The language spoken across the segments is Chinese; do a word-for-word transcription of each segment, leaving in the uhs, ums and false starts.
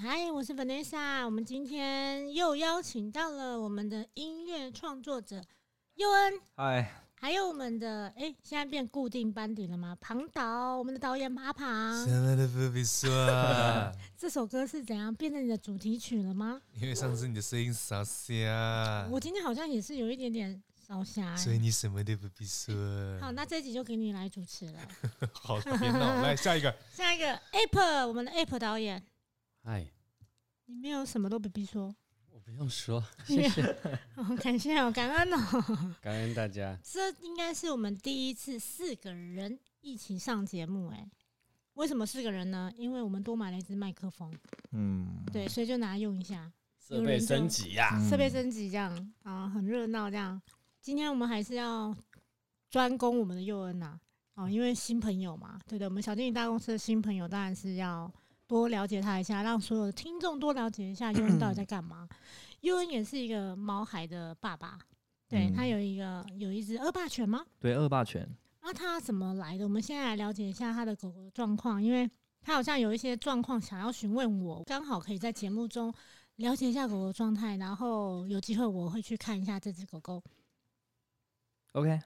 嗨，我是 Vanessa， 我们今天又邀请到了我们的音乐创作者佑恩， 嗨， 还有我们的哎，现在变固定班底了吗？庞导，我们的导演阿庞。 什么都不必说啊！ 这首歌是怎样变成你的主题曲了吗？ 因为上次你的声音烧瞎， 我今天好像也是有一点点烧瞎、欸， 所以你什么都不必说。 好，那这一集就给你来主持了。 好，别闹，来下一个， 下一个 Ape， 我们的 Ape 导演， 嗨， 你没有什么都不必说， 我不用说，谢谢， 哦、感谢哦，感恩哦， 感恩大家。 这应该是我们第一次四个人一起上节目，哎，为什么四个人呢？因为我们多买了一支麦克风， 嗯， 对，所以就拿来用一下， 设备升级呀、 啊，设备升级这样啊，很热闹这样。今天我们还是要专攻我们的佑恩呐、啊，哦，因为新朋友嘛，对不对？我们小经理大公司的新朋友当然是要多了解他一下，让所有的听众多了解一下佑恩到底在干嘛。佑恩也是一个毛孩的爸爸，对、嗯、他有一个有一只恶霸犬吗？ 对，恶霸犬。 那他怎么来的？我们现在来了解一下他的狗狗的状况，因为他好像有一些状况想要询问我，刚好可以在节目中了解一下狗狗状态，然后有机会我会去看一下这只狗狗。 OK。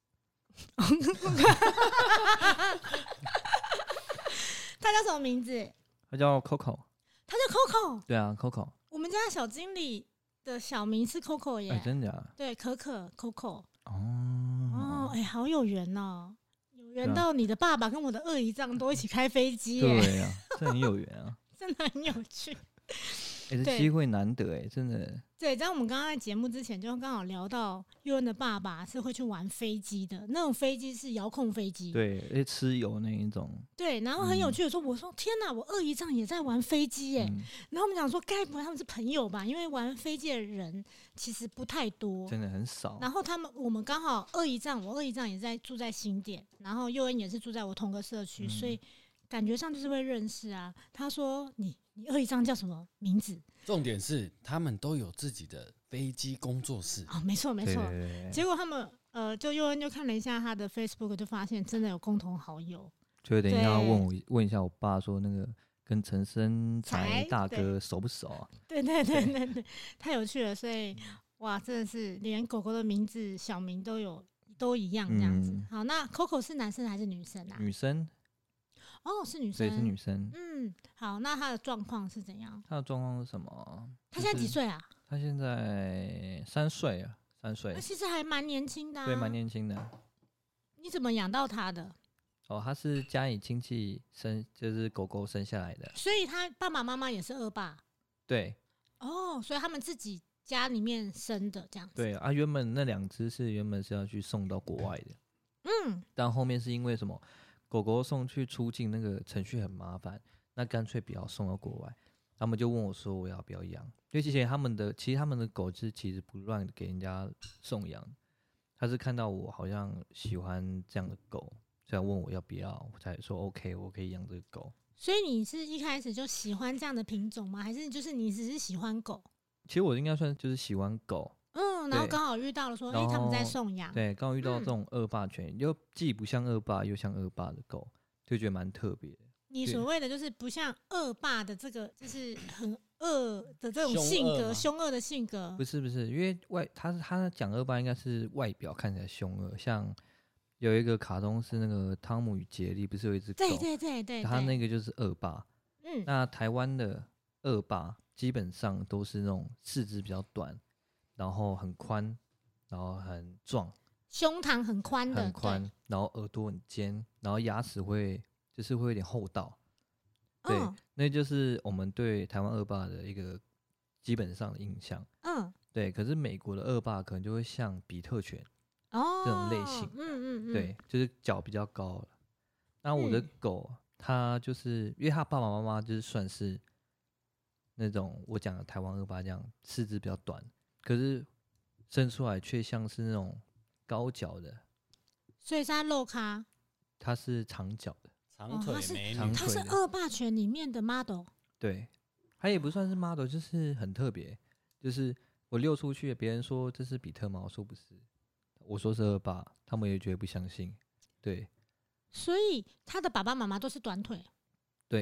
他叫什么名字？ 他叫 Coco。 他叫 Coco。 对啊 ，Coco。 我们家小经理的小名是 Coco 耶。 哎、欸，真的啊？ 对，可可 Coco。 哦哦，哎、欸，好有缘哦，有缘到你的爸爸跟我的二姨丈都一起开飞机耶。 对啊，这很有缘啊， 真的很有趣。 哎、欸，这机会难得哎，真的。 对，在我们刚刚在节目之前就刚好聊到佑恩的爸爸是会去玩飞机的，那种飞机是遥控飞机， 对，而且吃油那一种。 对，然后很有趣的说，嗯、我说天哪，我二姨丈也在玩飞机耶、嗯，然后我们讲说，该不会他们是朋友吧？因为玩飞机的人其实不太多， 真的很少。 然后他们我们刚好二姨丈，我二姨丈也在住在新店，然后佑恩也是住在我同个社区、嗯，所以感觉上就是会认识啊。他说你。你二姨丈叫什么名字？ 重点是他们都有自己的飞机工作室哦，没错没错。结果他们呃，就佑恩就看了一下他的 Facebook， 就发现真的有共同好友。 就等一下问我问一下我爸说，那个跟陈生财大哥熟不熟啊？ 对对对对对，太有趣了。所以哇，真的是连狗狗的名字小名都有都一样这样子。嗯、好，那 Coco 是男生还是女生啊？ 女生。 哦，是女生， 对，是女生。 嗯，好，那她的状况是怎样？ 她的状况是什么？ 她现在几岁啊？ 她现在三岁啊，三岁。 那其实还蛮年轻的、啊。 对，蛮年轻的。 你怎么养到她的？ 哦，她是家里亲戚生，就是狗狗生下来的。 所以她爸爸妈妈也是恶霸。 对。 哦，所以他们自己家里面生的这样子。 对啊，原本那两只是原本是要去送到国外的。 嗯。但后面是因为什么？狗狗送去出境那个程序很麻烦，那干脆不要送到国外。他们就问我说：“我要不要养？”因为之前他们的其实他们的狗是其实不乱给人家送养，他是看到我好像喜欢这样的狗，所以问我要不要，我才说 OK， 我可以养这个狗。 所以你是一开始就喜欢这样的品种吗？还是就是你只是喜欢狗？ 其实我应该算就是喜欢狗。 嗯，然后刚好遇到了说，哎、欸，他们在送养， 对，刚好遇到这种恶霸犬，又、嗯、既不像恶霸，又像恶霸的狗，就觉得蛮特别的。 你所谓的就是不像恶霸的这个，就是很恶的这种性格，凶恶的性格， 不是不是，因为外他他讲恶霸应该是外表看起来凶恶，像有一个卡通是那个汤姆与杰利，不是有一只狗？ 对对对 对, 对， 他那个就是恶霸。嗯，那台湾的恶霸基本上都是那种四肢比较短。然后很宽，然后很壮， 胸膛很宽的， 很宽，然后耳朵很尖，然后牙齿会就是会有点厚道，对，嗯、那就是我们对台湾恶霸的一个基本上的印象。嗯，对。可是美国的恶霸可能就会像比特犬哦这种类型，嗯嗯嗯，对，就是脚比较高了。那我的狗，它、嗯、就是因为它爸爸妈妈就是算是那种我讲的台湾恶霸这样，四肢比较短。可是生出来却像是那种高脚的， 所以是它肉咖， 它是长脚的， 长腿美女， 它是恶霸犬里面的 model。 对，它也不算是 model， 就是很特别。就是我溜出去，别人说这是比特猫，我说不是，我说是恶霸，他们也觉得不相信。对， 所以他的爸爸妈妈都是短腿。 对。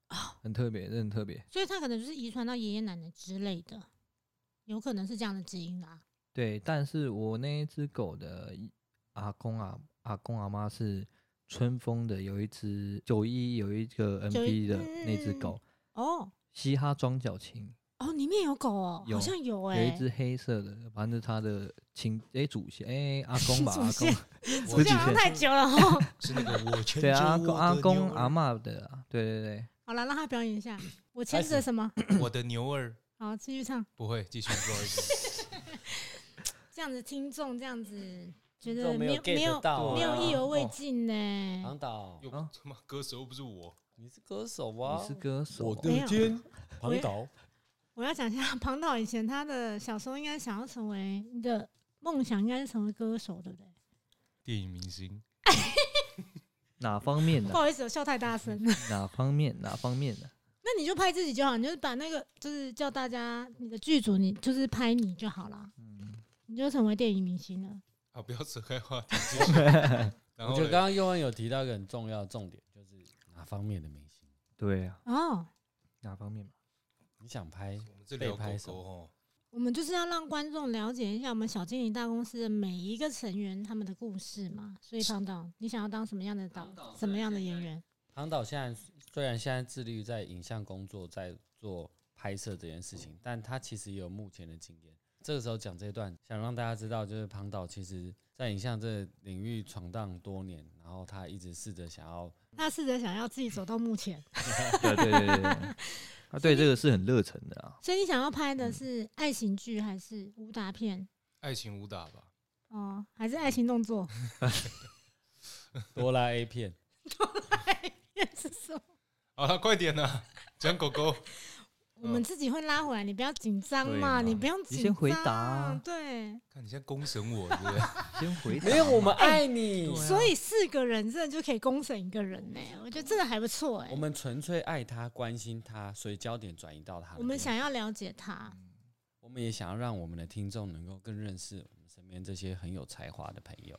很特别，很特别。 所以它可能就是遗传到爷爷奶奶之类的，有可能是这样的基因啦。 对，但是我那一只狗的阿公啊、阿公阿妈是春风的，有一只九一有一个 N P 的那只狗、 嗯、哦， 嘻哈装脚琴哦，里面有狗哦，好像有哎、 欸，有一只黑色的，反正他的亲哎祖先哎阿公吧，阿公， 祖先好像太久了哦， 是那个我牵对啊，阿着公阿公牛儿阿嬷的啊，对对对。 好了，让他表演一下，我牵着什么？ 我的牛儿。 好，继续唱。 不会，继续，不好意思。 这样子听众这样子觉得没有没有没有意犹未尽呢。 庞导， 又什么歌手又不是我， 你是歌手啊？ 你是歌手， 我的天，庞导。 我要讲一下，庞导以前他的小时候应该想要成为你的梦想，应该是成为歌手，对不对？ 电影明星。 哪方面的、啊？ 不好意思，我笑太大声。 哪方面？哪方面的、啊？ 那你就拍自己就好，你就是把那个，就是叫大家你的剧组，你就是拍你就好了，嗯，你就成为电影明星了。 啊，不要扯开话题。 我觉得刚刚佑恩有提到一个很重要的重点，就是哪方面的明星？ 对啊， 哦， 哪方面嘛？ 你想拍？ 我们这里有狗狗哦。 我们就是要让观众了解一下我们小精灵大公司的每一个成员他们的故事嘛。所以庞导，你想要当什么样的导，什么样的演员？ 庞导现在虽然现在致力于在影像工作，在做拍摄这件事情，但他其实也有目前的经验。这个时候讲这段，想让大家知道，就是庞导其实在影像这领域闯荡多年，然后他一直试着想要， 他试着想要自己走到目前。 对对对对。他对这个是很热忱的啊。 所以你想要拍的是爱情剧还是武打片？ 爱情武打吧。 哦，还是爱情动作？ 哆啦 A 片。 哆啦 A 片是什么？ 好了，快点啦，讲狗狗。 我们自己会拉回来，你不要紧张嘛，你不用紧张。 你先回答、啊。 对。 看你现在公审我，对不对？ 先回答。 没有，我们爱你。 欸啊、所以四个人真的就可以公审一个人呢、欸，我觉得这个还不错哎、欸。 我们纯粹爱他，关心他，所以焦点转移到他。 我们想要了解他、 嗯，我们也想要让我们的听众能够更认识我们身边这些很有才华的朋友。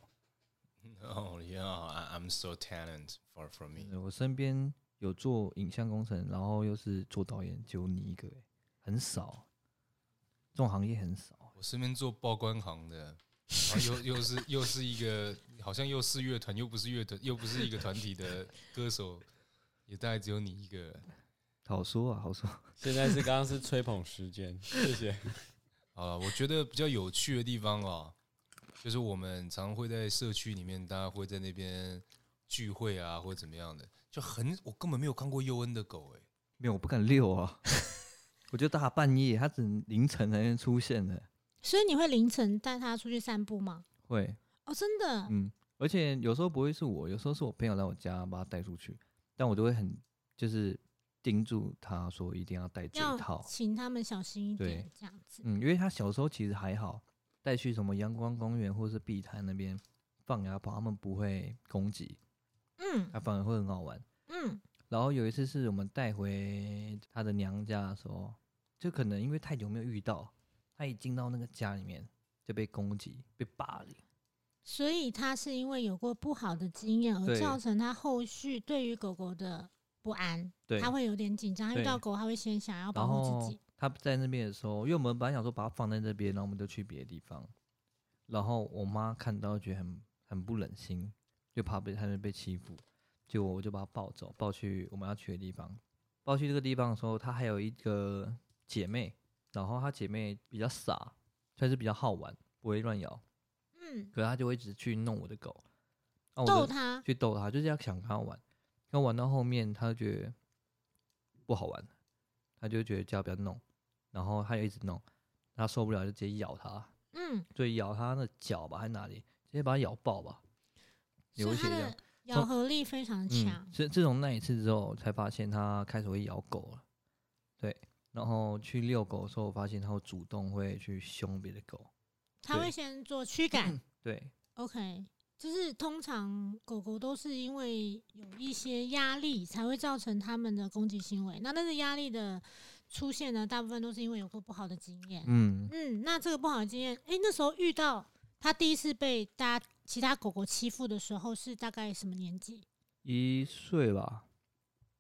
Oh yeah, I'm so talented, far from me。 我身边有做影像工程，然后又是做导演，只有你一个、欸，很少。这种行业很少。 我身边做报关行的，然后又又是又是一个好像又是乐团又不是乐团又不是一个团体的歌手，也大概只有你一个。 好说啊，好说。 现在是刚刚是吹捧时间，谢谢。 好了，我觉得比较有趣的地方啊，就是我们常常会在社区里面，大家会在那边聚会啊，或者怎么样的，就很我根本没有看过佑恩的狗哎、欸， 没有，我不敢遛啊。我就大半夜，它只能凌晨才能出现的。 所以你会凌晨带它出去散步吗？ 会。 哦，真的。 嗯，而且有时候不会是我，有时候是我朋友来我家把它带出去，但我都会很就是叮嘱他说一定要带这一套， 请他们小心一点，这样子。 嗯，因为他小时候其实还好，带去什么阳光公园或是碧潭那边放牙跑，他们不会攻击， 嗯， 他反而会很好玩， 嗯。 然后有一次是我们带回他的娘家的时候，就可能因为太久没有遇到，他一进到那个家里面就被攻击、被霸凌， 所以他是因为有过不好的经验，而造成他后续对于狗狗的不安，他会有点紧张。他遇到狗，他会先想要保护自己。 他在那边的时候，因为我们本来想说把它放在这边，然后我们就去别的地方，然后我妈看到觉得很很不忍心，就怕被他们被欺负。就我就把他抱走，抱去我们要去的地方。抱去这个地方的时候，他还有一个姐妹，然后他姐妹比较傻，算是比较好玩，不会乱咬。嗯，可是他就会一直去弄我的狗，啊、 逗他， 去逗他，就是要想跟他玩。跟玩到后面，他就觉得不好玩，他就觉得叫他不要弄，然后他就一直弄，他受不了就直接咬他。嗯，所以咬他的脚吧，还哪里，直接把他咬爆吧，流血这样。 咬合力非常强， 是、嗯、自从那一次之后，才发现它开始会咬狗了。对，然后去遛狗的时候，我发现它会主动会去凶别的狗， 它会先做驱赶。 对 ，OK， 就是通常狗狗都是因为有一些压力才会造成它们的攻击行为。那但是压力的出现呢，大部分都是因为有过不好的经验。嗯嗯，那这个不好的经验，哎、欸，那时候遇到它第一次被大家。其他狗狗欺负的时候是大概什么年纪？ 一岁吧。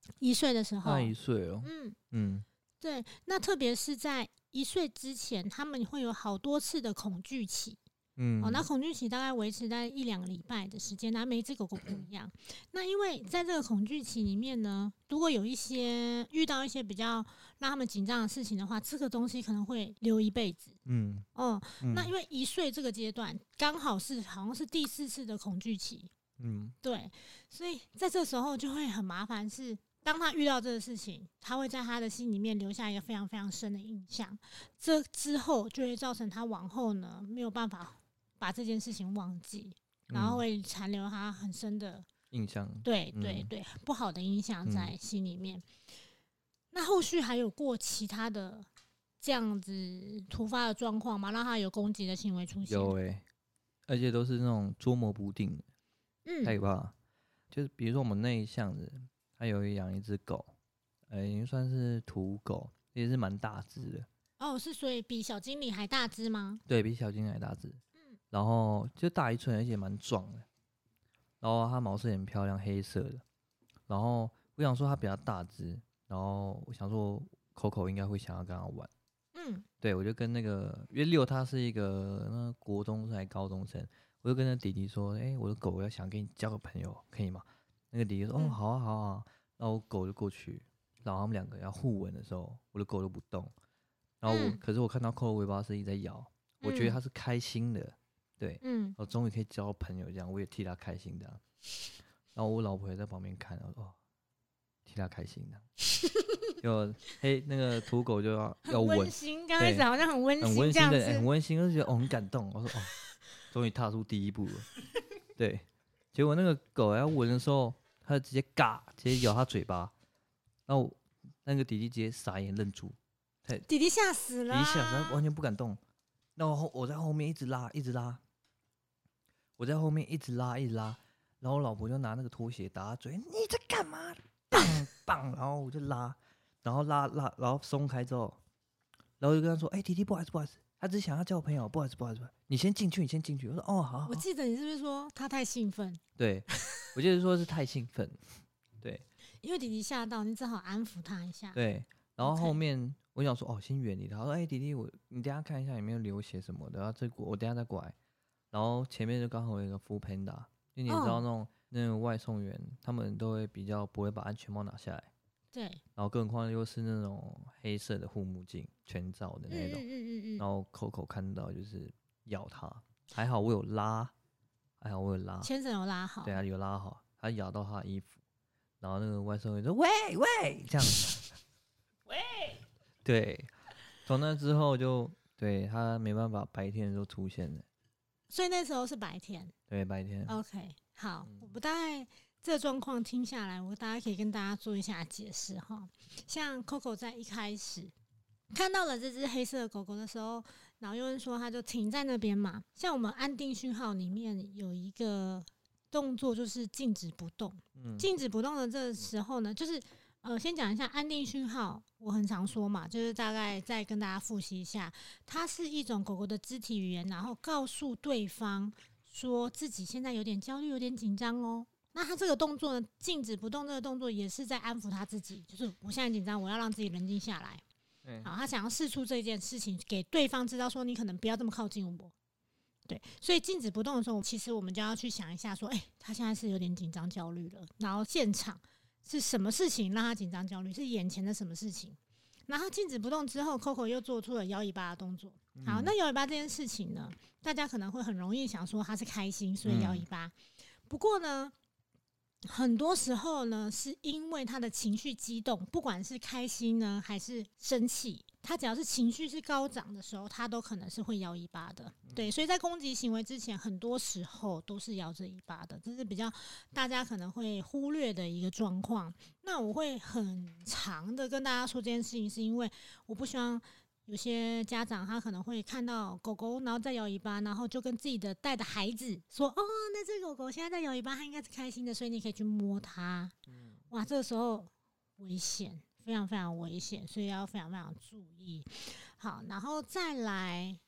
一岁的时候， 他一岁哦，嗯嗯， 对，那特别是在一岁之前，他们会有好多次的恐惧期。嗯，哦，那恐惧期大概维持在一两个礼拜的时间，那每一只狗狗不一样。那因为在这个恐惧期里面呢，如果有一些遇到一些比较让他们紧张的事情的话，这个东西可能会留一辈子。嗯，哦，嗯，那因为一岁这个阶段刚好是好像是第四次的恐惧期。嗯，对，所以在这时候就会很麻烦是。当他遇到这个事情，他会在他的心里面留下一个非常非常深的印象，这之后就会造成他往后呢没有办法把这件事情忘记，然后会残留他很深的印象。 对对对，嗯、不好的印象在心里面。嗯、那后续还有过其他的这样子突发的状况吗？让他有攻击的行为出现？ 有诶、欸，而且都是那种捉摸不定的，嗯，太可怕。就是比如说我们内向的。他有养一只狗，呃，已经算是土狗，也是蛮大只的。 哦，是所以比小经理还大只吗？ 对，比小经理还大只。嗯，然后就大一寸，而且蛮壮的。然后它毛色很漂亮，黑色的。然后我想说它比较大只，然后我想说 Coco 应该会想要跟它玩。嗯，对，我就跟那个因为六他是一个那国中生还高中生，我就跟那弟弟说，哎、欸，我的狗要想跟你交个朋友，可以吗？那个弟弟说：“哦，好啊，好啊。”然后我狗就过去，然后他们两个要互吻的时候，我的狗都不动。然后我，嗯、可是我看到Coco尾巴是一直在摇，我觉得他是開心的，对，嗯，我終於可以交朋友，這樣我也替他開心的。然後我老婆也在旁邊看，我說哦，替他開心的。就嘿，那個土狗就要要吻， 溫馨，剛開始好像很溫馨，很溫馨的，欸、很溫馨，就覺得哦很感動。我說哦，終於踏出第一步了，對。結果那個狗要聞的時候，它就直接嘎，直接咬它嘴巴，然後那個弟弟直接傻眼愣住， 弟弟嚇死了， 弟弟嚇死，他完全不敢動。然後我在後面一直拉，一直拉，我在後面一直拉，一直拉，然後我老婆就拿那個拖鞋打他嘴，你在幹嘛？棒棒，然後我就拉，然後拉拉，然後鬆開之後，然後就跟他說：“哎、欸，弟弟，不好意思，不好意思。”他只是想要交朋友，不好意思，不好意思，你先進去，你先進去。我說哦，好，好。 我記得你是不是說他太興奮？ 對，我記得說是太興奮，對， 因為弟弟嚇到，你只好安撫他一下。 對，然後後面 Okay. 我想說哦，先遠離他。我說哎、欸，弟弟，我你等一下看一下有沒有流血什麼的，然後這我等一下再過來。然後前面就剛好有一個 Foodpanda，因為你知道那種、oh. 那種外送員，他們都會比較不會把安全帽拿下來。 對， 然後更何況又是那種黑色的護目鏡，全罩的那種。嗯嗯嗯嗯。然後 Coco 看到就是咬他，還好我有拉，還好我有拉， 牽繩有拉好。 對啊，有拉好，他咬到他的衣服，然後那個外送員說：“喂喂，這樣子。”喂。對，從那之後就對他沒辦法白天就出現了。 所以那時候是白天。 對，白天。 OK， 好，嗯、我不大概。這個狀況聽下來，我大概可以跟大家做一下解釋哈。像 Coco 在一開始看到了這隻黑色的狗狗的時候，然後有人說他就停在那邊嘛。像我們安定訊號裡面有一個動作就是靜止不動。嗯，靜止不動的這個時候呢，就是呃，先講一下安定訊號，我很常說嘛，就是大概再跟大家複習一下，它是一種狗狗的肢體語言，然後告訴對方說自己現在有點焦慮，有點緊張哦。那他這個動作呢，靜止不動這個動作也是在安撫他自己，就是我現在緊張，我要讓自己冷靜下來。嗯，好，他想要釋出這件事情給對方知道，說你可能不要這麼靠近我。對，所以靜止不動的時候，其實我們就要去想一下，說，哎、欸，他現在是有點緊張焦慮了，然後現場是什麼事情讓他緊張焦慮？是眼前的什麼事情？然後靜止不動之後 ，Coco 又做出了搖尾巴的動作。好，那搖尾巴這件事情呢，大家可能會很容易想說他是開心，所以搖尾巴。不過呢，很多時候呢，是因為他的情緒激動，不管是開心呢，還是生氣，他只要是情緒是高漲的時候，他都可能是會搖尾巴的。對，所以在攻擊行為之前，很多時候都是搖着尾巴的，這是比較大家可能會忽略的一個狀況。那我會很長的跟大家說這件事情，是因為我不希望有些家長他可能會看到狗狗然後再搖尾巴，然後就跟自己的帶的孩子說，哦，那隻狗狗現在在搖尾巴，它應該是開心的，所以你可以去摸它。哇，這個時候危險，非常非常危險，所以要非常非常注意。好，然後再來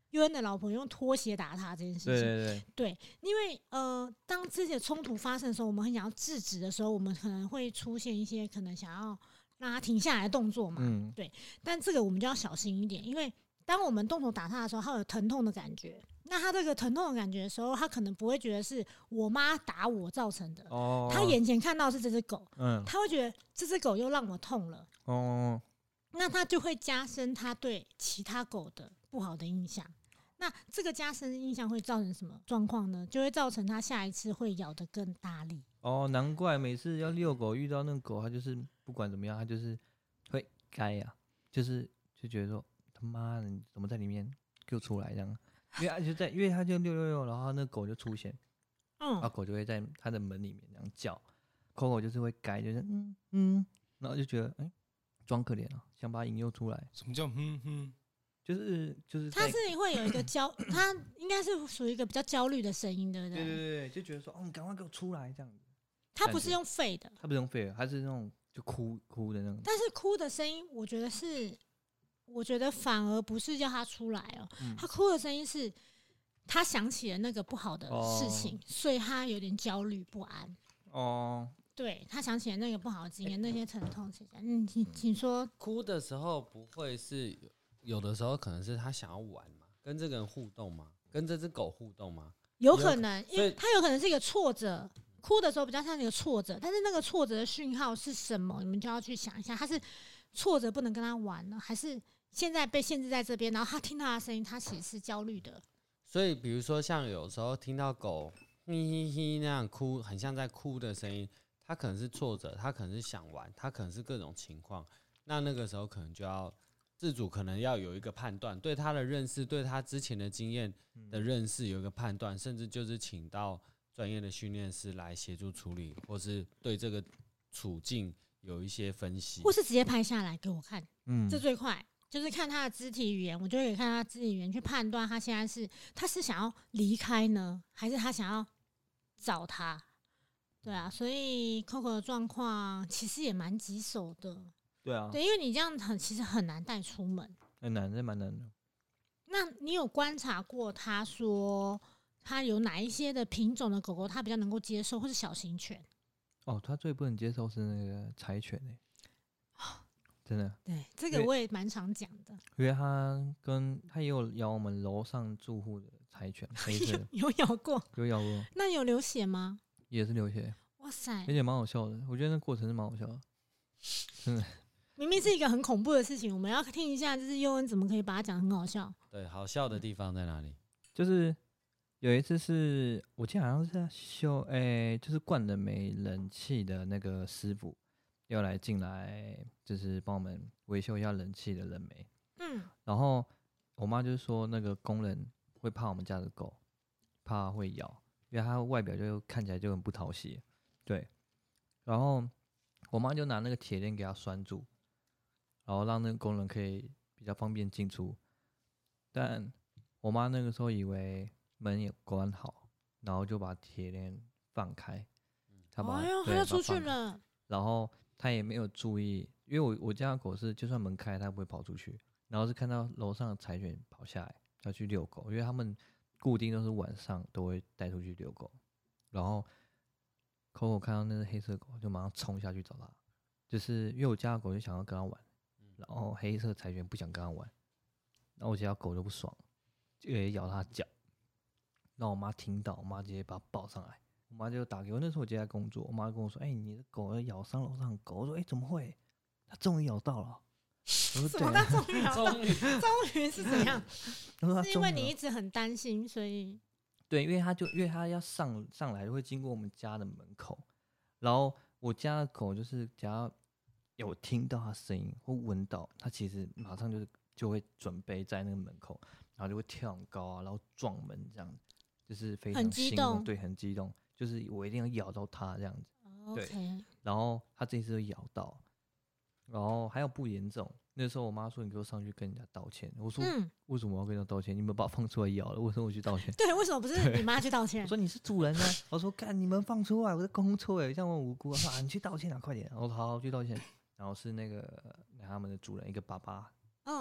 佑恩的老婆用拖鞋打他这件事情。 对对对， 对，因为呃，当这些冲突发生的时候，我们很想要制止的时候，我们可能会出现一些可能想要让他停下来的动作嘛。嗯，对。但这个我们就要小心一点，因为当我们动手打他的时候，他有疼痛的感觉。那他这个疼痛的感觉的时候，他可能不会觉得是我妈打我造成的。哦。他眼前看到是这只狗，嗯，他会觉得这只狗又让我痛了。哦。那他就会加深他对其他狗的不好的印象。那这个加深印象会造成什么状况呢？就会造成他下一次会咬得更大力。 哦，难怪每次要遛狗遇到那个狗，他就是不管怎么样，他就是会该呀、啊，就是就觉得说他妈的你怎么在里面给我出来这样？因为他就在，因为他就遛遛遛，然后那狗就出现，嗯，然后狗就会在他的门里面这样叫，Coco就是会该，就是嗯嗯，然后就觉得哎装可怜啊，想把它引诱出来。 什么叫嗯嗯？ 就是就是， 他是会有一个焦，他应该是属于一个比较焦虑的声音，对不对？ 对对对，就觉得说，哦，你赶快给我出来这样子。 他不是用吠的， 他不是用吠的，他是那种就哭哭的那种。 但是哭的声音，我觉得是，我觉得反而不是叫他出来哦，嗯、他哭的声音是，他想起了那个不好的事情，哦、所以他有点焦虑不安。哦。对，他想起了那个不好的经验，那些疼痛事情。嗯，请请说。 哭的时候不会是。有的时候可能是他想要玩嘛，跟这个人互动嘛，跟这只狗互动嘛， 有可能，因为他有可能是一个挫折，哭的时候比较像一个挫折，但是那个挫折的讯号是什么，你们就要去想一下，他是挫折不能跟他玩呢，还是现在被限制在这边，然后他听到他的声音，他其实是焦虑的。 所以比如说像有时候听到狗嘿嘿嘿那样哭，很像在哭的声音，他可能是挫折，他可能是想玩，他可能是各种情况，那那个时候可能就要自主可能要有一个判断，对他的认识，对他之前的经验的认识有一个判断，甚至就是请到专业的训练师来协助处理，或是对这个处境有一些分析， 或是直接拍下来给我看，嗯，这最快，就是看他的肢体语言，我就可以看他肢体语言去判断他现在是他是想要离开呢，还是他想要找他，对啊，所以 Coco 的状况其实也蛮棘手的。 对啊， 对，因为你这样很其实很难带出门， 很难，这蛮难的。 那你有观察过他说他有哪一些的品种的狗狗他比较能够接受，或是小型犬？ 哦，他最不能接受是那个柴犬诶、欸，真的。 对，这个我也蛮常讲的。 因为他跟他也有咬我们楼上住户的柴犬，黑色有咬过， 有咬过。 那有流血吗？ 也是流血。 哇塞， 而且蛮好笑的，我觉得那过程是蛮好笑的，真的。 明明是一个很恐怖的事情，我们要听一下，就是佑恩怎么可以把它讲很好笑？ 对，好笑的地方在哪里？ 就是有一次是我记得好像是在修，哎、欸，就是灌了没冷气的那个师傅要来进来，就是帮我们维修一下冷气的冷媒。嗯，然后我妈就是说那个工人会怕我们家的狗，怕会咬，因为它外表就看起来就很不讨喜。对，然后我妈就拿那个铁链给它拴住。然后让那个工人可以比较方便进出，但我妈那个时候以为门也关好，然后就把铁链放开，她把哎呦，她要出去了， 然后她也没有注意，因为我我家的狗是就算门开它不会跑出去，然后是看到楼上的柴犬跑下来要去遛狗，因为他们固定都是晚上都会带出去遛狗，然后 Coco 看到那只黑色狗就马上冲下去找它，就是因为我家的狗就想要跟它玩。然后黑色柴犬不想跟他玩，然后我家狗就不爽，就也咬他脚。然后我妈听到，我妈直接把它抱上来，我妈就打给我。那时候我接在工作，我妈跟我说：“哎、欸，你的狗要咬伤楼上的狗。”我说：“哎、欸，怎么会？它终于咬到了。” 我说：“对、啊，终于咬到，终于终于是怎样？是因为你一直很担心，所以对，因为它就因为它要上上来会经过我们家的门口，然后我家的狗就是只要有听到它声音或闻到，它其实马上就是就会准备在那个门口，然后就会跳很高啊，然后撞门这样，就是非常兴奋，对，很激动，就是我一定要咬到它这样子。 Oh, okay. 对，然后它这次就咬到，然后还有不严重。那时候我妈说：“你给我上去跟人家道歉。”我说：“嗯、为什么我要跟人家道歉？你们把它放出来咬了，为什么我去道歉？” 对，为什么不是你妈去道歉？ 我说：“你是主人呢、啊。”我说：“干，你们放出来，我在公错哎，像我无辜啊，你去道歉啊，快点！”我说：“好，好去道歉。”然后是那个他们的主人，一个爸爸，嗯、对，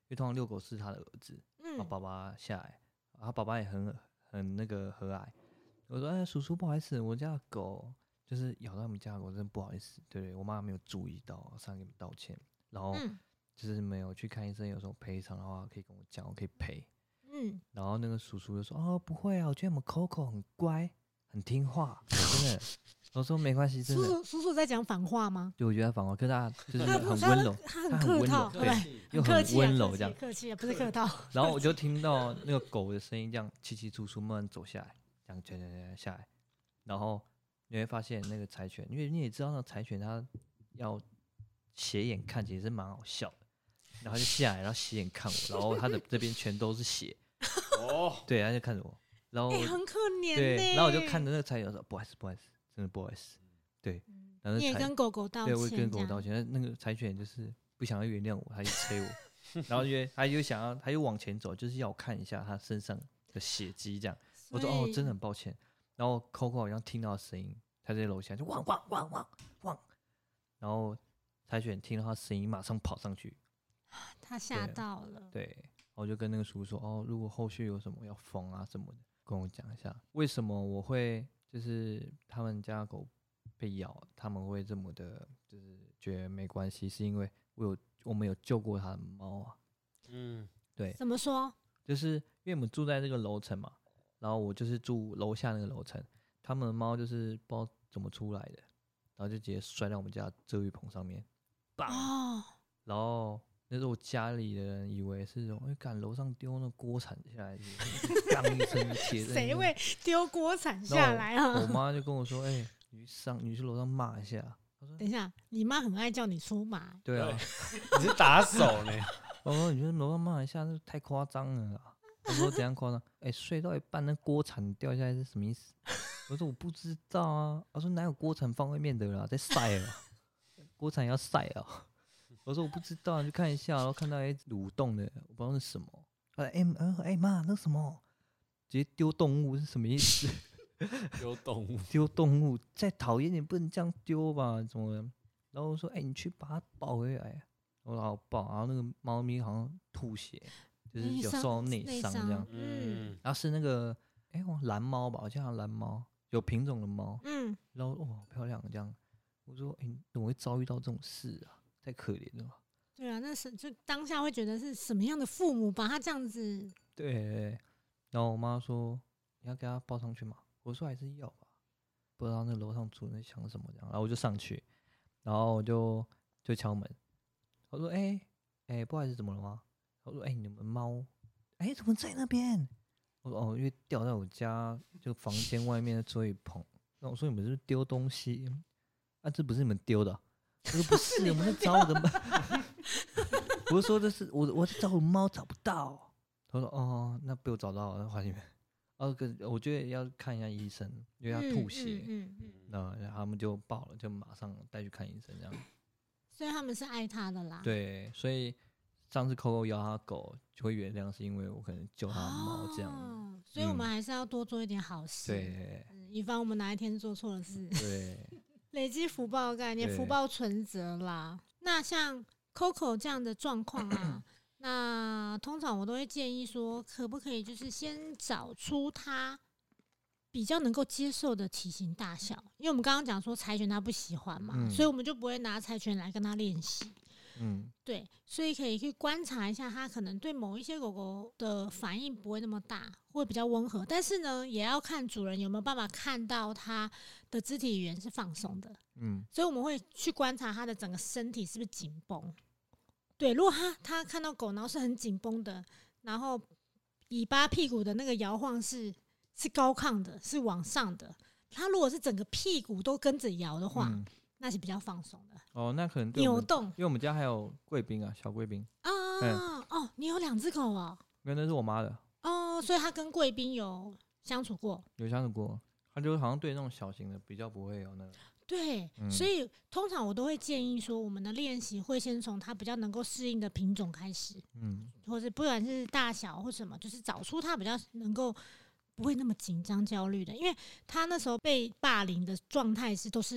为通常遛狗是他的儿子，嗯，然后爸爸下来，然后爸爸也很很那个和蔼。我说：“哎，叔叔，不好意思，我家的狗就是咬到你们家的狗，真的不好意思，对对，我妈妈没有注意到，上来给你们道歉。然后就是没有去看医生，有时候赔偿的话可以跟我讲，我可以赔。嗯，然后那个叔叔就说：哦，不会啊，我觉得我们 Coco 很乖，很听话，真的。我说没关系，真的。 叔叔叔叔在讲反话吗？ 对，我觉得他反话，可是他就是很温柔， 他很客套， 对，又很温柔这样， 客气啊，不是客套。 然后我就听到那个狗的声音，这样七七楚楚慢慢走下来。”这样卷卷卷下来，然后你会发现那个柴犬，因为你也知道那个柴犬它要斜眼看，其实是蛮好笑的。然后它就下来，然后斜眼看我，然后它的这边全都是血。哦，对，它就看着我，然后、 欸、很可怜。 对，然后我就看着那个柴犬说：“不好意思，不好意思，真的不好意思。”对，然后你也跟狗狗道歉， 对，我也跟狗狗道歉。那个柴犬就是不想要原谅我，它就催我，然后因为它又想要，它又往前走，就是要我看一下它身上的血迹这样。我说哦，真的很抱歉。然后 Coco 好像听到声音，他在楼下就汪汪汪汪汪。然后柴犬听到他声音，马上跑上去， 他吓到了。 对，对我就跟那个叔叔说，哦，如果后续有什么要缝啊什么的，跟我讲一下。为什么我会就是他们家狗被咬，他们会这么的，就是觉得没关系，是因为我有我们有救过他的猫啊。嗯，对。 怎么说？ 就是因为我们住在这个楼层嘛。然后我就是住楼下那个楼层，他们的猫就是不知道怎么出来的，然后就直接摔在我们家遮雨棚上面，哦！然后那时候我家里的人以为是哎，赶楼上丢那锅铲下来，当一声铁。 谁会丢锅铲下来啊？ 我妈就跟我说：“哎、欸，你上你去楼上骂一下。” 我说：“等一下，你妈很爱叫你出马。” 对啊， 你是打手呢？ 我说：“你去楼上骂一下，这太夸张了啦。”我说怎样夸张？哎、欸，睡到一半那锅铲掉下来是什么意思？我说我不知道啊。我说哪有锅铲放外面的啦，在晒啊，锅铲要晒啊。我说我不知道，去看一下，然后看到哎蠕动的，我不知道是什么。哎哎哎妈，那什么？直接丢动物是什么意思？ 丢动物？ 丢动物？再讨厌也不能这样丢吧？怎么？然后我说哎、欸，你去把它抱回来。我说好抱，然后那个猫咪好像吐血。就是有受到内伤这样，嗯，然后是那个哎、欸，蓝猫吧，好像蓝猫，有品种的猫，嗯，然后哦漂亮这样，我说哎、欸，怎么会遭遇到这种事啊？太可怜了吧？ 对啊，那是就当下会觉得是什么样的父母把他这样子？ 对，然后我妈说你要给他抱上去吗？我说还是要吧，不知道那楼上主人想什么这样，然后我就上去，然后我就就敲门，我说哎哎、欸欸，不好意思，怎么了吗？我说：“哎、欸，你们猫，哎、欸，怎么在那边？”我说：“哦，因为掉在我家就房间外面的遮雨棚。”那我说：“你们是不是丢东西？啊，这不是你们丢的、啊。”我说：“不是，我们在找我的猫。”我说：“这是我，我在找我的猫，找不到。”他说：“哦，那被我找到了，那还里面。”哦，可我觉得要看一下医生，因为他吐血。嗯嗯嗯嗯、那他們就報了，就馬上帶去看醫生，這樣。 所以他們是愛他的啦。 對，所以。上次 Coco 咬他狗就會原諒，是因為我可能救他的貓這樣、哦。 所以我們還是要多做一點好事， 對， 嗯、以防我們哪一天做錯了事。 對， 累積福報概念，福報存折啦。那像 Coco 這樣的狀況啊，那通常我都會建議說，可不可以就是先找出他比較能夠接受的體型大小，因為我們剛剛講說柴犬他不喜歡嘛、嗯，所以我們就不會拿柴犬來跟他練習。嗯，對，所以可以去觀察一下，它可能對某一些狗狗的反應不會那麼大，會比較溫和。但是呢，也要看主人有沒有辦法看到它的肢體語言是放鬆的。嗯，所以我們會去觀察它的整個身體是不是緊繃。對，如果它它看到狗然後是很緊繃的，然後尾巴屁股的那個搖晃是是高亢的，是往上的。它如果是整個屁股都跟着搖的話，嗯，那是比較放鬆的。 哦，那可能對扭動， 因為我們家還有貴賓啊，小貴賓啊、嗯。哦，你有兩隻狗哦？ 因為那是我媽的。 哦，所以他跟貴賓有相處過？ 有相處過，他就好像對那種小型的比較不會有那個。 對、嗯，所以通常我都會建議說，我們的練習會先從它比較能夠適應的品種開始，嗯，或者不管是大小或什麼，就是找出它比較能夠不會那麼緊張焦慮的，因為他那時候被霸凌的狀態是都是比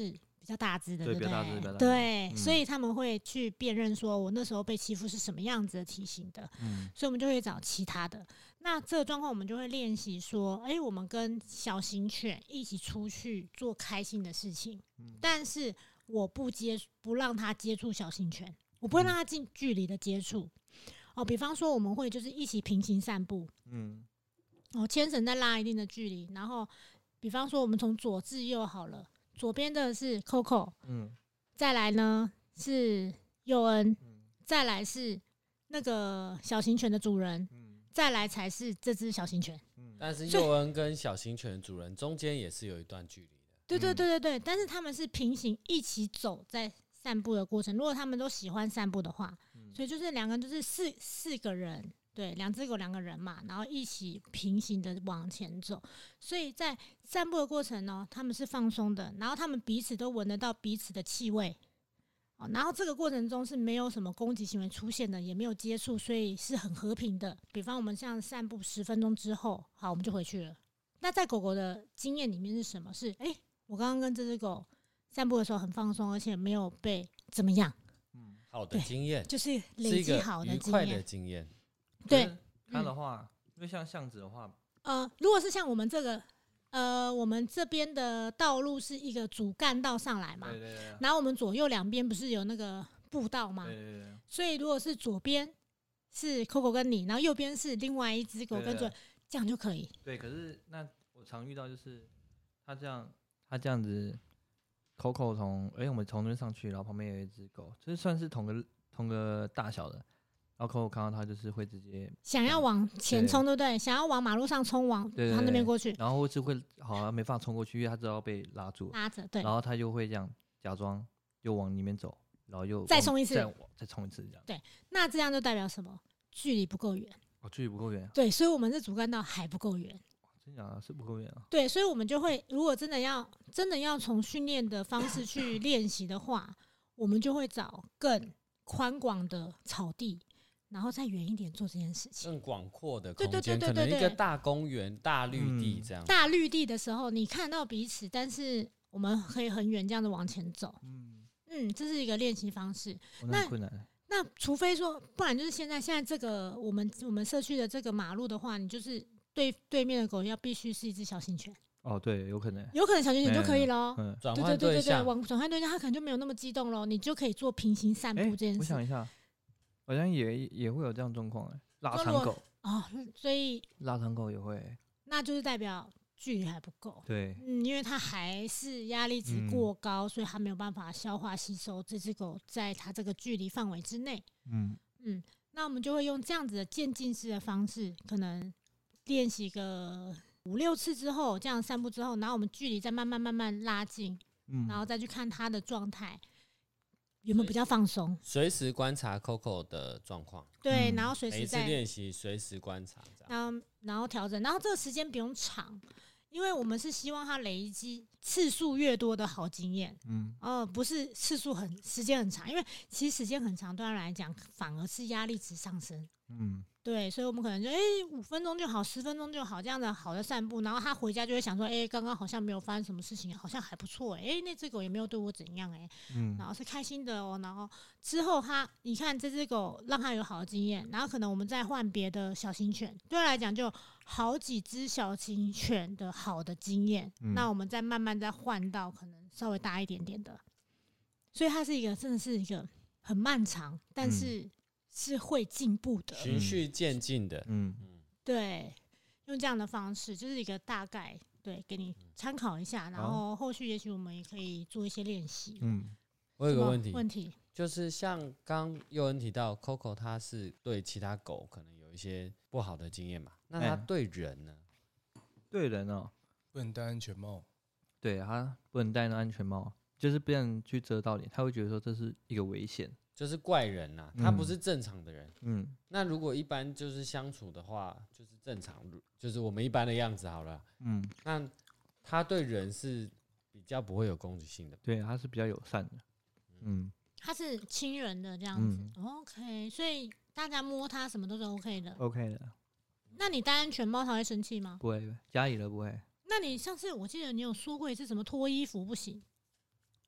较大只的，对不对？ 对， 嗯、所以他们会去辨认说，我那时候被欺负是什么样子的体型的， 嗯， 所以我们就会找其他的。那这个状况，我们就会练习说，哎、欸，我们跟小型犬一起出去做开心的事情， 嗯、 但是我不接不让他接触小型犬，我不会让他近距离的接触。哦，比方说我们会就是一起平行散步， 嗯， 哦，牵绳再拉一定的距离，然后比方说我们从左至右好了。左边的是 Coco， 嗯， 再来呢是佑恩，嗯，再来是那个小型犬的主人，嗯，再来才是这只小型犬。 嗯，但是佑恩跟小型犬的主人中间也是有一段距离的。 对对对对对，但是他们是平行一起走在散步的过程。如果他们都喜欢散步的话，嗯，所以就是两个人就是四四个人。对，两只狗两个人嘛，然后一起平行的往前走，所以在散步的过程呢，他们是放松的，然后他们彼此都闻得到彼此的气味，哦，然后这个过程中是没有什么攻击行为出现的，也没有接触，所以是很和平的。比方我们像散步十分钟之后，好，我们就回去了。那在狗狗的经验里面是什么？是哎、欸，我刚刚跟这只狗散步的时候很放松，而且没有被怎么样。 嗯，好的经验就是累积好的经验，愉快的经验。 对， 它的话，嗯、因为像巷子的话， 呃，如果是像我们这个，呃，我们这边的道路是一个主干道上来嘛， 对对对， 然后我们左右两边不是有那个步道吗？ 对对对， 所以如果是左边是 Coco 跟你，然后右边是另外一只狗跟主人，这样就可以。 对，可是那我常遇到就是他这样，他这样子 ，Coco 从哎、欸、我们从那边上去，然后旁边有一只狗，就是算是同个同个大小的。然后 Coco 看到他就是会直接想要往前冲，对不对？想要往马路上冲，往他那边过去， 然后或是会好像没办法冲过去，因为他知道被拉住， 拉着，对。 然后他就会这样假装又往里面走，然后又再冲一次， 再再冲一次这样。 对，那这样就代表什么？距离不够远。 哦，距离不够远。 对，所以我们这主干道还不够远。 真假的是不够远啊？ 对，所以我们就会，如果真的要真的要从训练的方式去练习的话，我们就会找更宽广的草地。然后再远一点做这件事情， 更广阔的空间，可能一个大公园、大绿地这样。 嗯、大绿地的时候，你看到彼此，但是我们可以很远这样子往前走。嗯嗯，这是一个练习方式。 哦、那困难。 那除非说，不然就是现在现在这个我们我们社区的这个马路的话，你就是对对面的狗要必须是一只小型犬。 哦，对，有可能， 有可能小型犬就可以咯。 嗯， 对对对对对，往转换对象，它可能就没有那么激动咯，你就可以做平行散步这件事。 我想一下。好像也也会有这样状况哎，腊肠狗哦，所以腊肠狗也会， 那就是代表距离还不够。 对， 嗯，因为它还是压力值过高，嗯、所以它没有办法消化吸收这只狗在它这个距离范围之内。嗯嗯，那我们就会用这样子的渐进式的方式，可能练习个五六次之后，这样散步之后，然后我们距离再慢慢慢慢拉近，嗯，然后再去看它的状态。有没有比较放松？ 随时观察 Coco 的状况， 对，嗯、然后随时每次练习，随时观察， 然后然后调整，然后这个时间不用长，因为我们是希望它累积次数越多的好经验，嗯，哦、呃，不是次数很时间很长，因为其实时间很长对他来讲反而是压力值上升，嗯。对，所以我们可能就哎五分钟就好，十分钟就好，这样的好的散步，然后他回家就会想说，哎，刚刚好像没有发生什么事情，好像还不错，哎，那只狗也没有对我怎样，哎，嗯，然后是开心的哦，然后之后他，你看这只狗让他有好的经验，然后可能我们再换别的小型犬，对他来讲就好几只小型犬的好的经验，嗯、那我们再慢慢再换到可能稍微大一点点的，所以它是一个真的是一个很漫长，但是。嗯是会进步的， 循序渐进的， 嗯嗯，对，用这样的方式就是一个大概，对，给你参考一下，然后后续也许我们也可以做一些练习。 嗯， 我有个问题， 问题就是像刚佑恩提到 Coco， 他是对其他狗可能有一些不好的经验嘛？那他对人呢？ 欸、对人哦， 不能戴安全帽， 对他不能戴那安全帽，就是不能去遮到脸，他会觉得说这是一个危险。 就是怪人呐、啊，他不是正常的人。 嗯， 那如果一般就是相处的话，就是正常，就是我们一般的样子好了。 嗯， 那他对人是比较不会有攻击性的。 对，他是比较友善的。嗯， 他是亲人的这样子。嗯、OK， 所以大家摸他什么都是 OK 的。 OK 的。 那你戴安全帽他会生气吗？ 不会，家里的不会。 那你上次我记得你有说过一次什么脱衣服不行。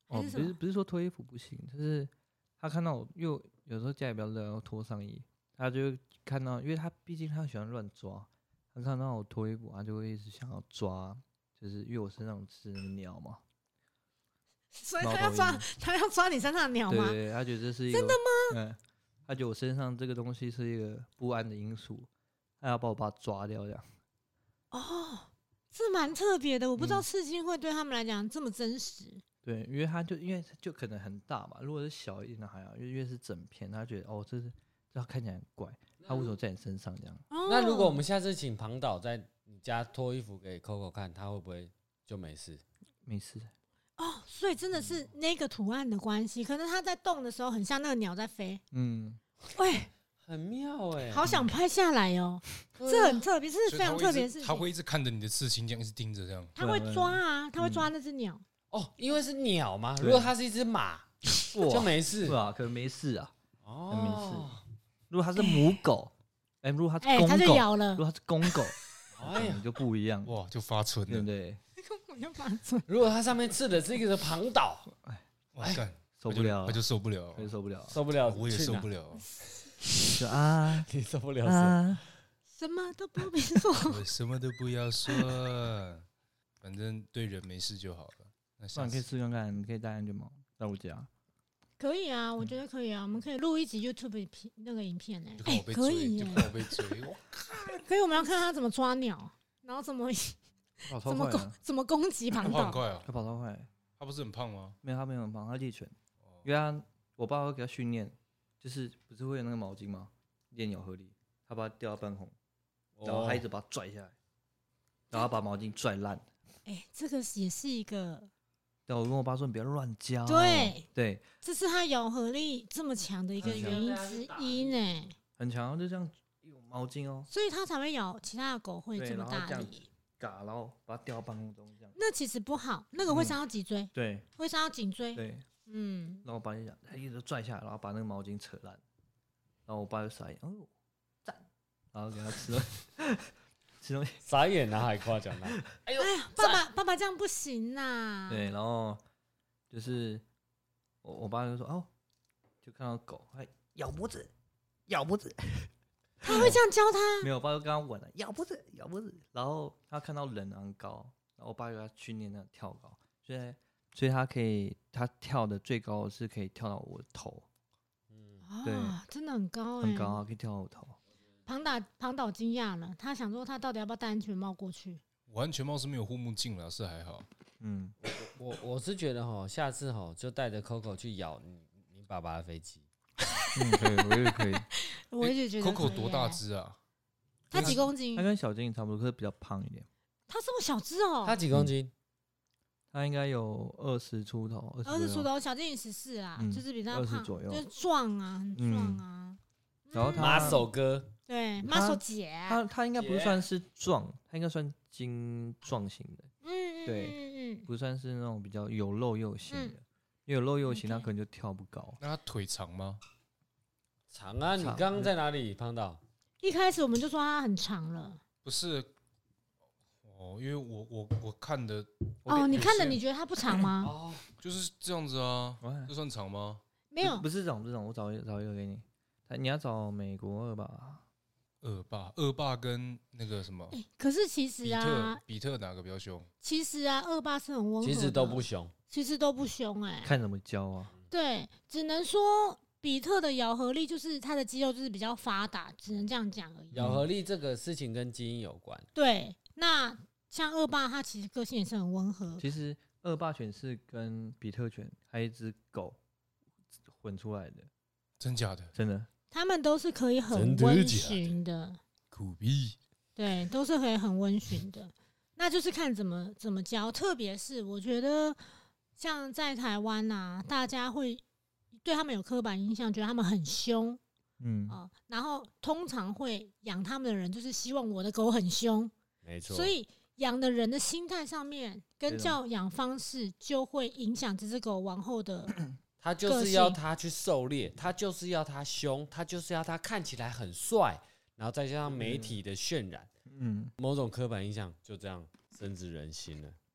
哦，不是不是说脱衣服不行，就是他看到我，因为有时候家里比较热，要脱上衣，他就看到，因为他毕竟他喜欢乱抓，他看到我脱衣服，他就会一直想要抓，就是因为我身上是那个鸟嘛， 所以他要抓，他要抓你身上的鸟吗？ 对对，他觉得这是一个真的吗？ 嗯，他觉得我身上这个东西是一个不安的因素，他要把我把它抓掉这样。 哦，这蛮特别的，我不知道刺青会对他们来讲这么真实。 嗯、对，因为他就因为就可能很大嘛，如果是小一点的还好，因为因为是整片，他觉得哦，这是这看起来很怪，他为什么在你身上这样？ 哦、 那如果我们下次请庞导在你家脱衣服给 Coco 看，他会不会就没事？ 没事。 哦，所以真的是那个图案的关系，可能它在动的时候很像那个鸟在飞。嗯，喂， 很妙哎、欸， 好想拍下来哦、喔。这很特别，这是非常特别的事情。 他会一直看着你的刺青，这样一直盯着这样。 他会抓啊，他会抓那只鸟。 嗯、哦，因为是鸟嘛。如果它是一只马，就没事。 对啊，可能没事啊。 哦， 没事。如果它是母狗，哎、欸，如果它是公狗， 它、欸、就咬了。 如果它是公狗， 哎呀， 就不一样。 哇，就发春了， 对不对？ 如果它上面刺的是一个庞导， 哇干， 受不了， 他就受不了， 他就受不了， 受不了， 我也受不了。 就啊， 你受不了啊， 什么都不必说， 我什么都不要说，反正对人没事就好了。 那你可以试看看，你可以戴安全帽在我家。 可以啊，我觉得可以啊，我们可以录一集 YouTube 那个影片呢、 欸，哎， 可以耶、 欸，就看我被追，我可以，我们要看他怎么抓鸟，然后怎么怎么攻怎么攻击庞导， 他跑很快啊， 他跑超快， 他不是很胖吗？ 没有，他没有很胖，他猎犬，因为他我爸会给他训练，就是不是会有那个毛巾吗？练咬合力，他把它吊到半空，然后他一直把它拽下来，然后把毛巾拽烂。 哎、欸，这个也是一个。 对，我跟我爸说你不要乱教。 对对， 这是他咬合力这么强的一个原因之一呢。 很强，就这样有毛巾哦， 所以他才会咬其他的狗会这么大力。 嘎，然后把它吊到半空中这样。 那其实不好，那个会伤到脊椎。嗯、 对， 会伤到颈椎。 对，嗯。然后我爸就讲，他一直拽下来，然后把那个毛巾扯烂，然后我爸就傻眼，哦，赞，然后给他吃了。吃东西傻眼啊，还夸奖他。 哎呦，哎呀，爸爸，爸爸这样不行呐。 对，然后就是我我爸就说哦，就看到狗，还咬脖子，咬脖子。 他会这样教他？ 没有，我爸就跟他玩了，咬脖子，咬脖子。然后他看到人很高，然后我爸就给他训练那跳高，所以所以他可以，他跳的最高是可以跳到我的头。 嗯，对，真的很高哎、欸， 很高啊，可以跳到我头。 庞导庞导惊讶了，他想说他到底要不要戴安全帽过去？ 我安全帽是没有护目镜了，是还好。 嗯，我我是觉得哈，下次哈就带着 Coco 去咬你你爸爸的飞机。 嗯，可以，我也可以。 我也觉得 Coco 多大只啊？ 他几公斤？ 他跟小金差不多，可是比较胖一点。 他这么小只哦？ 他几公斤？ 嗯、他应该有二十出头， 二十出头。小金十四啦、嗯，就是比他胖左右， 就是壮啊，很壮啊。 嗯、然后他马手哥。 对，马手姐， 他他应该不算是壮，他应该算精壮型的， 嗯对，嗯嗯不算是那种比较有肉又型的，嗯、因为有肉又型，他可能就跳不高。 那他腿长吗？ 长啊！你刚刚在哪里，胖导？ 一开始我们就说他很长了， 不是，哦，因为我我我看的， 哦，你看的你觉得他不长吗？ 哦，就是这样子啊，这算长吗？ 没有， 不是这种这种，我找一找一个给你，你要找美国二吧。 恶霸，恶霸跟那个什么？ 欸、可是其实啊， 比特，比特哪个比较凶？ 其实啊，恶霸是很温和的， 其实都不凶， 其实都不凶哎、欸， 看怎么教啊。 对，只能说比特的咬合力就是他的肌肉就是比较发达，只能这样讲而已。 咬合力这个事情跟基因有关。 对，那像恶霸，他其实个性也是很温和。 其实恶霸犬是跟比特犬还有一只狗混出来的， 真假的？ 真的。 他们都是可以很温驯的， 苦逼， 对，都是可以很温驯的。那就是看怎么怎么教，特别是我觉得像在台湾啊，大家会对他们有刻板印象，觉得他们很凶，嗯啊、呃，然后通常会养他们的人就是希望我的狗很凶， 没错， 所以养的人的心态上面跟教养方式就会影响这只狗往后的。 他就是要他去狩猎，他就是要他凶，他就是要他看起来很帅，然后再加上媒体的渲染，嗯，某种刻板印象就这样深植人心了。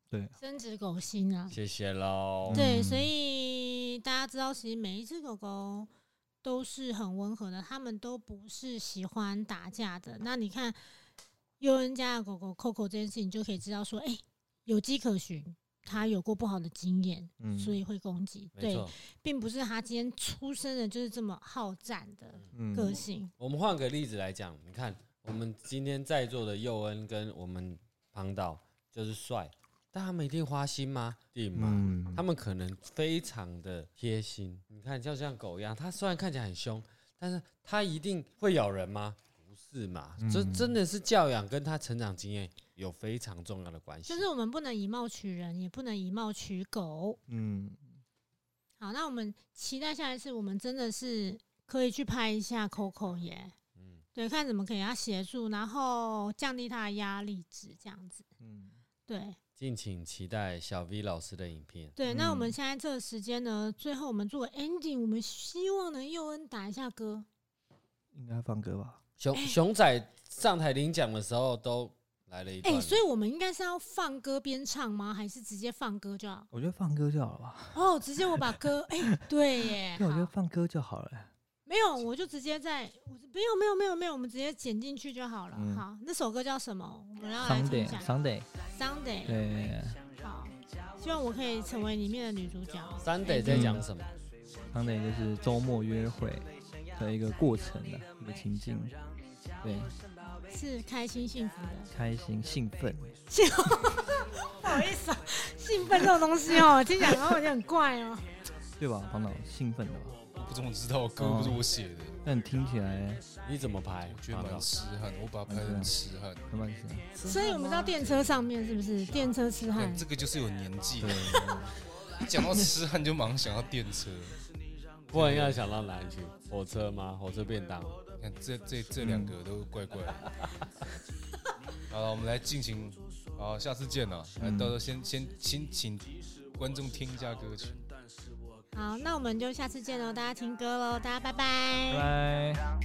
对， 生殖狗心啊， 谢谢喽。 对，所以大家知道，其实每一只狗狗都是很温和的，它们都不是喜欢打架的。那你看佑恩家的狗狗 Coco 这件事情，就可以知道说，哎、欸，有迹可循，它有过不好的经验，嗯、所以会攻击。对，并不是它今天出生的就是这么好战的个性。嗯、 我们换个例子来讲，你看我们今天在座的佑恩跟我们庞导就是帅。但他们一定花心吗？一定嘛、嗯，他们可能非常的贴心。你看，就像狗一样，它虽然看起来很凶，但是它一定会咬人吗？不是嘛？嗯、这真的是教养跟它成长经验有非常重要的关系。 就是我们不能以貌取人，也不能以貌取狗。嗯，好，那我们期待下一次，我们真的是可以去拍一下 Coco 耶。嗯，对，看怎么给他协助，然后降低他的压力值，这样子。嗯，对。 敬请期待小 V 老师的影片。 对，那我们现在这个时间呢，最后我们做个 ending， 我们希望能佑恩打一下歌， 应该放歌吧？ 熊、欸、熊仔上台领奖的时候都来了一段，哎、 欸，所以我们应该是要放歌边唱吗？还是直接放歌就好？ 我觉得放歌就好了吧。 哦，直接我把歌，哎、欸，对耶， 对，我觉得放歌就好了。 没有，我就直接在，没有没有没有没有，我们直接剪进去就好了。嗯、好，那首歌叫什么？我们要来听一下。 Sunday Sunday。 对。 好，希望我可以成为里面的女主角。 Sunday 在讲什么、 嗯、？Sunday 就是周末约会的一个过程的一个情境。对。 是开心幸福的。 开心兴奋。 不好意思啊，兴奋这种东西哦，听起来好像有点很怪哦。 对吧？庞导兴奋的吧？ 我怎么知道歌不是我写的？ 那、哦、你听起来你怎么拍？ 我觉得蛮痴汉，我把它拍得很痴汉， 蛮痴汉。 所以我们到电车上面是不是？电车痴汉， 这个就是有年纪的。你讲到痴汉就马上想到电车， 不然要想到哪里去？火车吗？火车便当。 你看这这这两个都怪怪的。好了，我们来进行，好，下次见了。来，到时候先先先请观众听一下歌曲。 好，那我们就下次见喽，大家听歌喽，大家拜拜。 拜拜。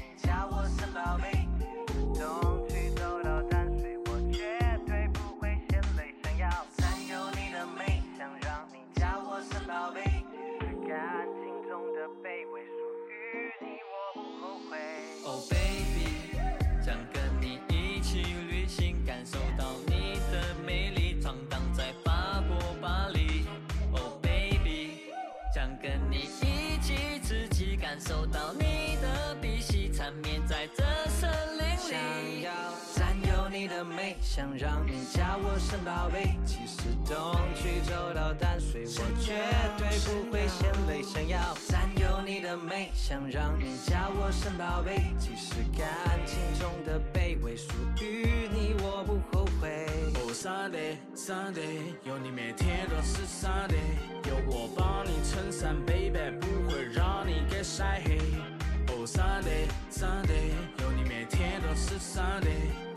Oh baby， 想跟你一起旅行，感受到你的魅力，闯荡在法国巴黎。Oh baby， 想跟你一起自己感受到你的鼻息缠绵在这森林里。想要占有你的美，想让你叫我声宝贝。其实东区走到淡水，我绝对不会嫌累。想要占有你的美，想让你叫我声宝贝。其实感情中的卑微属于你，我不后悔。Oh Sunday Sunday， 有你每天都是 Sunday， 有我帮你撑伞 ，baby 不会让你给晒黑。Oh Sunday Sunday， 有你每天都是 Sunday。